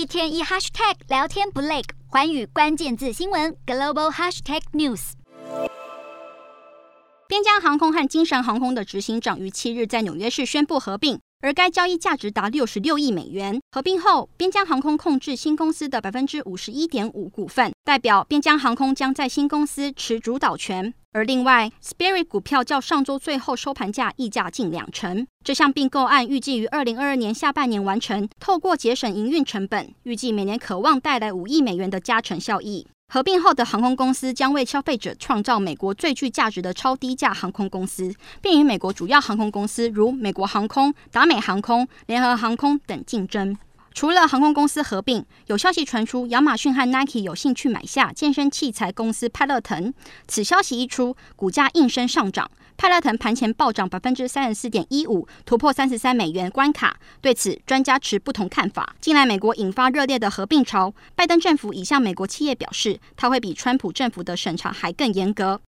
天一 hashtag 聊天不累，寰宇关键字新闻 global hashtag news。边疆航空和精神航空的执行长于7日在纽约市宣布合并，而该交易价值达66亿美元。合并后，边疆航空控制新公司的 51.5% 股份，代表边疆航空将在新公司持主导权。而另外 Spirit 股票较上周最后收盘价溢价近20%。这项并购案预计于2022年下半年完成，透过节省营运成本，预计每年可望带来5亿美元的加成效益。合并后的航空公司将为消费者创造美国最具价值的超低价航空公司，并与美国主要航空公司如美国航空、达美航空、联合航空等竞争。除了航空公司合并，有消息传出亚马逊和 Nike 有兴趣买下健身器材公司派乐腾。此消息一出，股价应声上涨，派乐腾盘前暴涨 34.15%， 突破33美元关卡。对此，专家持不同看法。近来美国引发热烈的合并潮，拜登政府已向美国企业表示，他会比川普政府的审查还更严格。